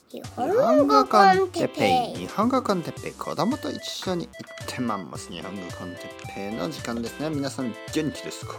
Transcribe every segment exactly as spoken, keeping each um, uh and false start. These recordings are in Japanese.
日本語コンテッペイ日本語コンテッペイ子供と一緒に行ってまんます日本語コンテッペイの時間ですね。皆さん元気ですか？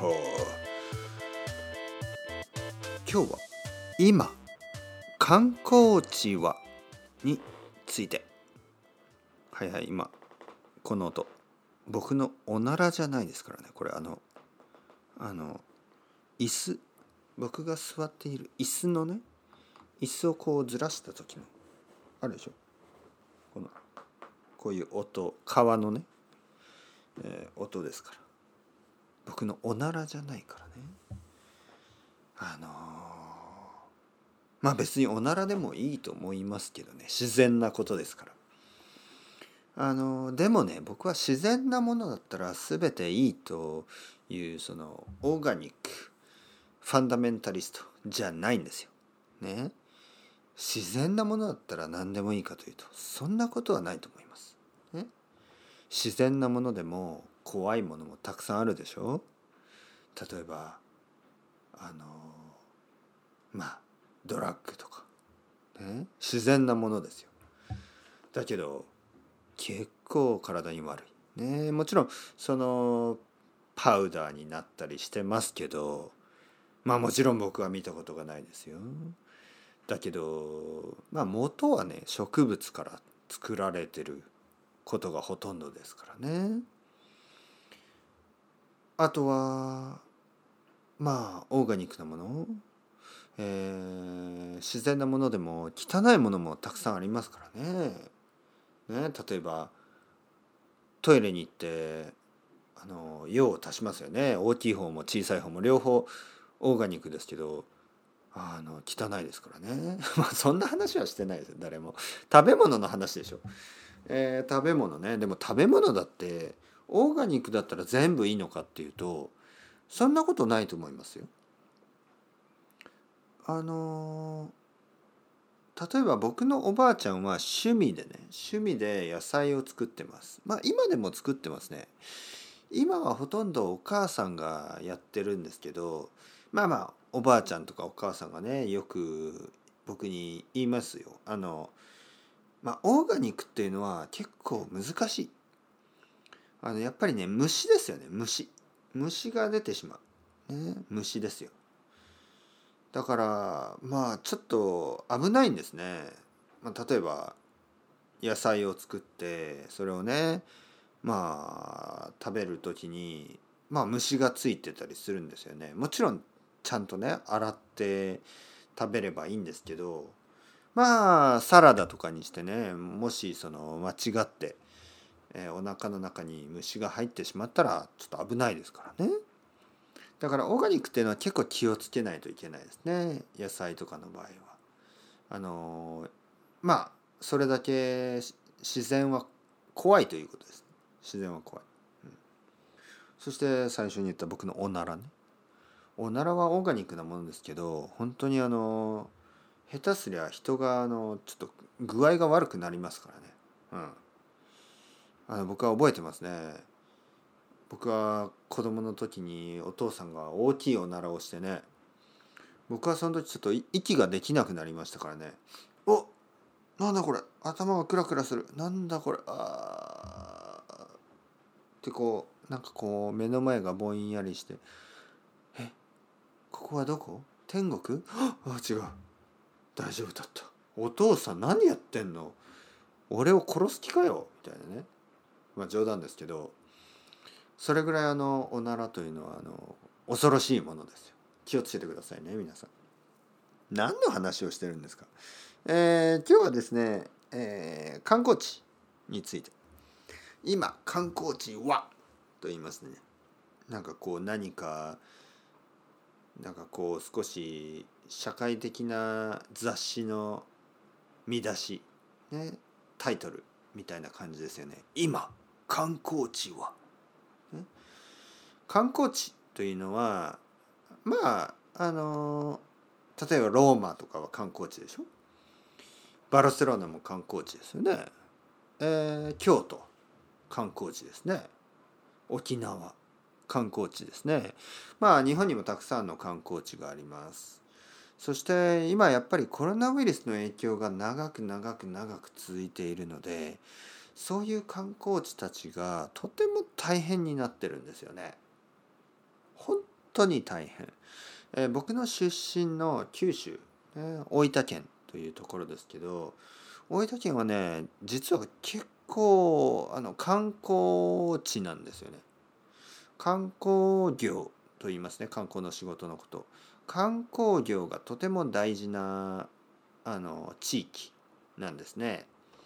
今日は今観光地はについて。はいはい、今この音僕のおならじゃないですからね。これあのあの椅子僕が座っている椅子のね椅子をこうずらした時のあるでしょ、このこういう音川のね、えー、音ですから。僕のおならじゃないからね。あのー、まあ別におならでもいいと思いますけどね、自然なことですから。あのー、でもね僕は自然なものだったら全ていいというそのオーガニックファンダメンタリストじゃないんですよね。自然なものだったら何でもいいかというとそんなことはないと思います、ね、自然なものでも怖いものもたくさんあるでしょ。例えばあのまあドラッグとか、ね、自然なものですよ。だけど結構体に悪い、ね、もちろんそのパウダーになったりしてますけど、まあもちろん僕は見たことがないですよ。だけどまあ元はね植物から作られてることがほとんどですからね。あとはまあオーガニックなもの、えー、自然なものでも汚いものもたくさんありますからね。ね、例えばトイレに行ってあの用を足しますよね。大きい方も小さい方も両方オーガニックですけどあの汚いですからねまあそんな話はしてないですよ誰も。食べ物の話でしょ、えー、食べ物ね。でも食べ物だってオーガニックだったら全部いいのかっていうとそんなことないと思いますよ。あのー、例えば僕のおばあちゃんは趣味でね趣味で野菜を作ってます。まあ今でも作ってますね。今はほとんどお母さんがやってるんですけど、まあまあおばあちゃんとかお母さんがねよく僕に言いますよ。あのまあオーガニックっていうのは結構難しい。あのやっぱりね虫ですよね。虫虫が出てしまう、ね、虫ですよ。だからまあちょっと危ないんですね。まあ、例えば野菜を作ってそれをねまあ食べる時にまあ虫がついてたりするんですよね。もちろんちゃんとね洗って食べればいいんですけど、まあサラダとかにしてねもしその間違って、えー、お腹の中に虫が入ってしまったらちょっと危ないですからね。だからオーガニックっていうのは結構気をつけないといけないですね、野菜とかの場合は。あのー、まあそれだけ自然は怖いということです。自然は怖い、うん、そして最初に言った僕のおならね。おならはオーガニックなものですけど本当にあの下手すりゃ人があのちょっと具合が悪くなりますからね、うん、あの僕は覚えてますね。僕は子供の時にお父さんが大きいおならをしてね、僕はその時ちょっと息ができなくなりましたからね。お、なんだこれ、頭がクラクラする、なんだこれ、あーってこうなんかこう目の前がぼんやりして、え、ここはどこ？天国？あ、違う、大丈夫だった。お父さん何やってんの？俺を殺す気かよみたいなね。まあ冗談ですけど、それぐらいあのおならというのはあの恐ろしいものですよ。気をつけてくださいね皆さん。何の話をしてるんですか？えー、今日はですね、えー、観光地について。今観光地はと言いますね。なんかこう何かなんかこう少し社会的な雑誌の見出し、ね、タイトルみたいな感じですよね。今観光地は、ね、観光地というのはまああの例えばローマとかは観光地でしょ。バルセロナも観光地ですよね。えー、京都観光地ですね。沖縄観光地ですね。まあ日本にもたくさんの観光地があります。 そして今やっぱりコロナウイルスの影響が長く長く長く続いているので、そういう観光地たちがとても大変になってるんですよね。本当に大変。えー僕の出身の九州、ね、大分県というところですけど、大分県はね、実は結構あの観光地なんですよね。観光業と言いますね、観光の仕事のこと。観光業がとても大事なあの地域なんですね。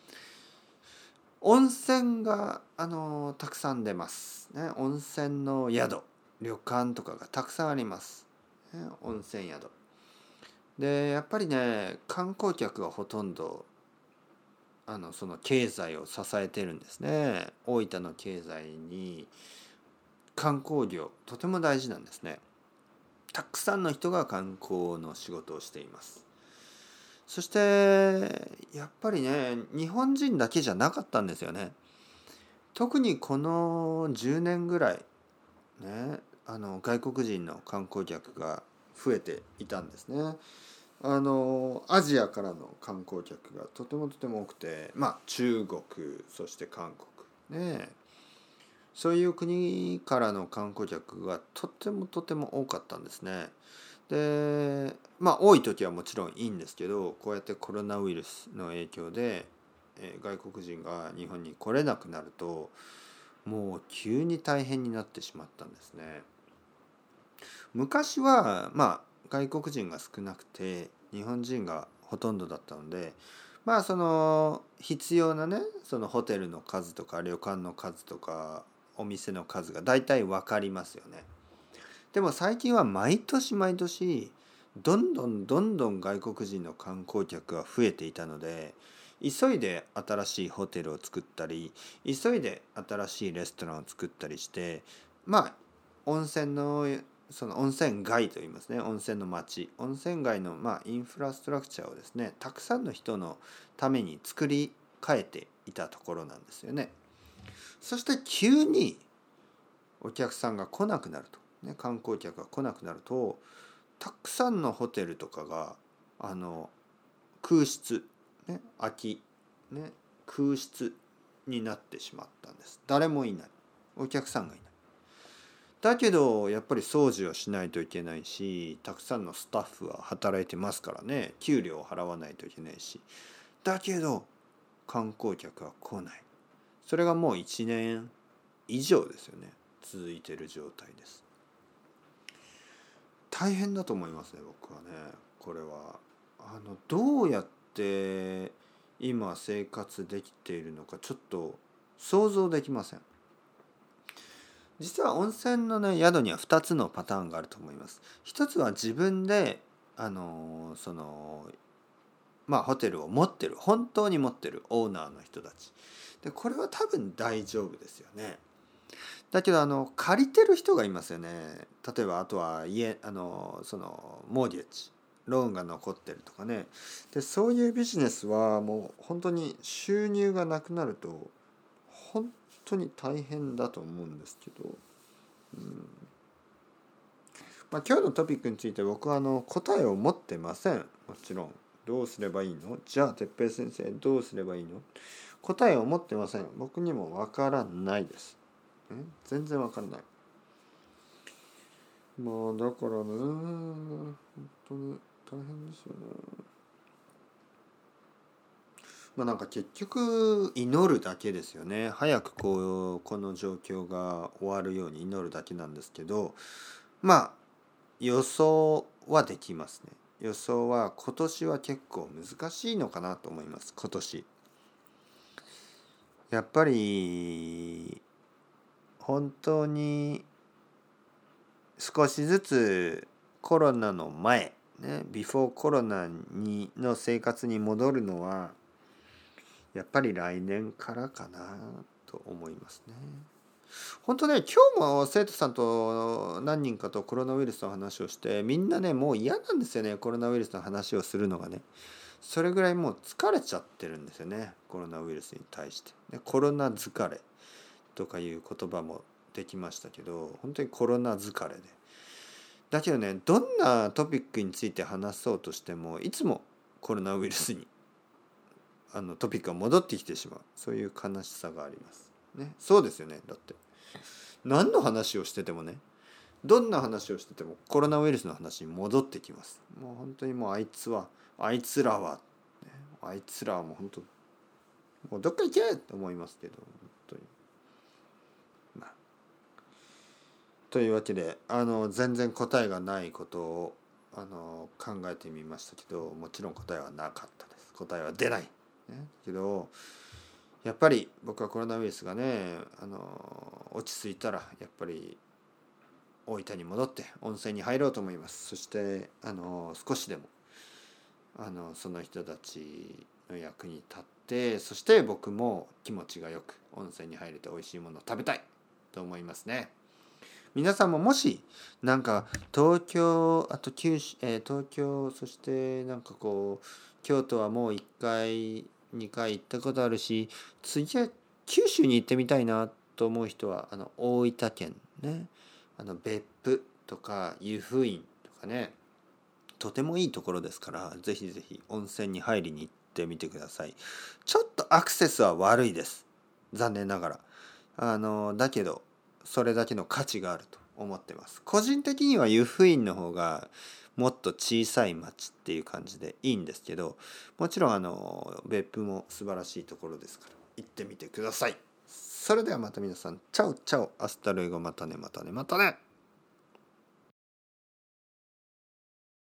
温泉があのたくさん出ます、ね。温泉の宿、旅館とかがたくさんあります。ね、温泉宿。で、やっぱりね、観光客がほとんどあのその経済を支えてるんですね。大分の経済に観光業とても大事なんですね。たくさんの人が観光の仕事をしています。そしてやっぱりね、日本人だけじゃなかったんですよね。特にこのじゅうねんぐらいね、あの外国人の観光客が増えていたんですね。あのアジアからの観光客がとてもとても多くて、まあ中国、そして韓国ね、そういう国からの観光客がとてもとても多かったんですね。で、まあ多い時はもちろんいいんですけど、こうやってコロナウイルスの影響で、えー外国人が日本に来れなくなると、もう急に大変になってしまったんですね。昔はまあ外国人が少なくて日本人がほとんどだったので、まあその必要なね、そのホテルの数とか旅館の数とかお店の数がだいたい分かりますよね。でも最近は毎年毎年どんどんどんどん外国人の観光客が増えていたので、急いで新しいホテルを作ったり、急いで新しいレストランを作ったりして、まあ温泉のその温泉街といいますね、温泉の街、温泉街のまあインフラストラクチャーをですね、たくさんの人のために作り変えていたところなんですよね。そして急にお客さんが来なくなると、ね、観光客が来なくなると、たくさんのホテルとかがあの空室、ね、空き、ね、空室になってしまったんです。誰もいない、お客さんがいない。だけどやっぱり掃除をしないといけないし、たくさんのスタッフは働いてますからね、給料を払わないといけないし、だけど観光客は来ない。それがもういちねん以上ですよね、続いている状態です。大変だと思いますね、僕はね。これはあのどうやって今生活できているのかちょっと想像できません。実は温泉のね、宿にはふたつのパターンがあると思います。一つは自分であのそのまあホテルを持ってる、本当に持ってるオーナーの人たちで、これは多分大丈夫ですよね。だけどあの借りてる人がいますよね。例えばあとは家あのそのモーゲージローンが残ってるとかね。でそういうビジネスはもう本当に収入がなくなると本当に大変だと思うんですけど、うんまあ、今日のトピックについて僕はあの答えを持ってません。もちろんどうすればいいの、じゃあ哲平先生どうすればいいの、答えを持ってません。僕にもわからないです。全然わかんない。まあだからね、本当に大変ですよね。まあなんか結局祈るだけですよね。早くこうこの状況が終わるように祈るだけなんですけど、まあ予想はできますね。予想は今年は結構難しいのかなと思います。今年やっぱり本当に少しずつコロナの前、ね、ビフォーコロナにの生活に戻るのはやっぱり来年からかなと思いますね。本当ね、今日も生徒さんと何人かとコロナウイルスの話をして、みんなね、もう嫌なんですよね、コロナウイルスの話をするのがね。それぐらいもう疲れちゃってるんですよね、コロナウイルスに対して。でコロナ疲れとかいう言葉もできましたけど、本当にコロナ疲れで。 だけどね、どんなトピックについて話そうとしてもいつもコロナウイルスにあのトピックが戻ってきてしまう、そういう悲しさがありますね。そうですよね。だって何の話をしててもね、どんな話をしててもコロナウイルスの話に戻ってきます。もう本当にもうあいつはあいつらは、ね、あいつらはもう本当もうどっか行けと思いますけど、本当にまあというわけで、あの全然答えがないことをあの考えてみましたけど、もちろん答えはなかったです。答えは出ない、ね、けどやっぱり僕はコロナウイルスがね、あの落ち着いたらやっぱり大分に戻って温泉に入ろうと思います。そしてあの少しでもあのその人たちの役に立って、そして僕も気持ちがよく温泉に入れて美味しいものを食べたいと思いますね。皆さんももしなんか東京、あと九州、えー東京、そしてなんかこう京都はもういっかいにかい行ったことあるし、次は九州に行ってみたいなと思う人はあの大分県ね、あの別府とか湯布院とかね、とてもいいところですから、ぜひぜひ温泉に入りに行ってみてください。ちょっとアクセスは悪いです、残念ながら。あのだけどそれだけの価値があると思ってます。個人的には湯布院の方がもっと小さい町っていう感じでいいんですけど、もちろんあの別府も素晴らしいところですから行ってみてください。それではまた皆さん、チャオチャオ、アスタルエゴ、またねまたねまたね。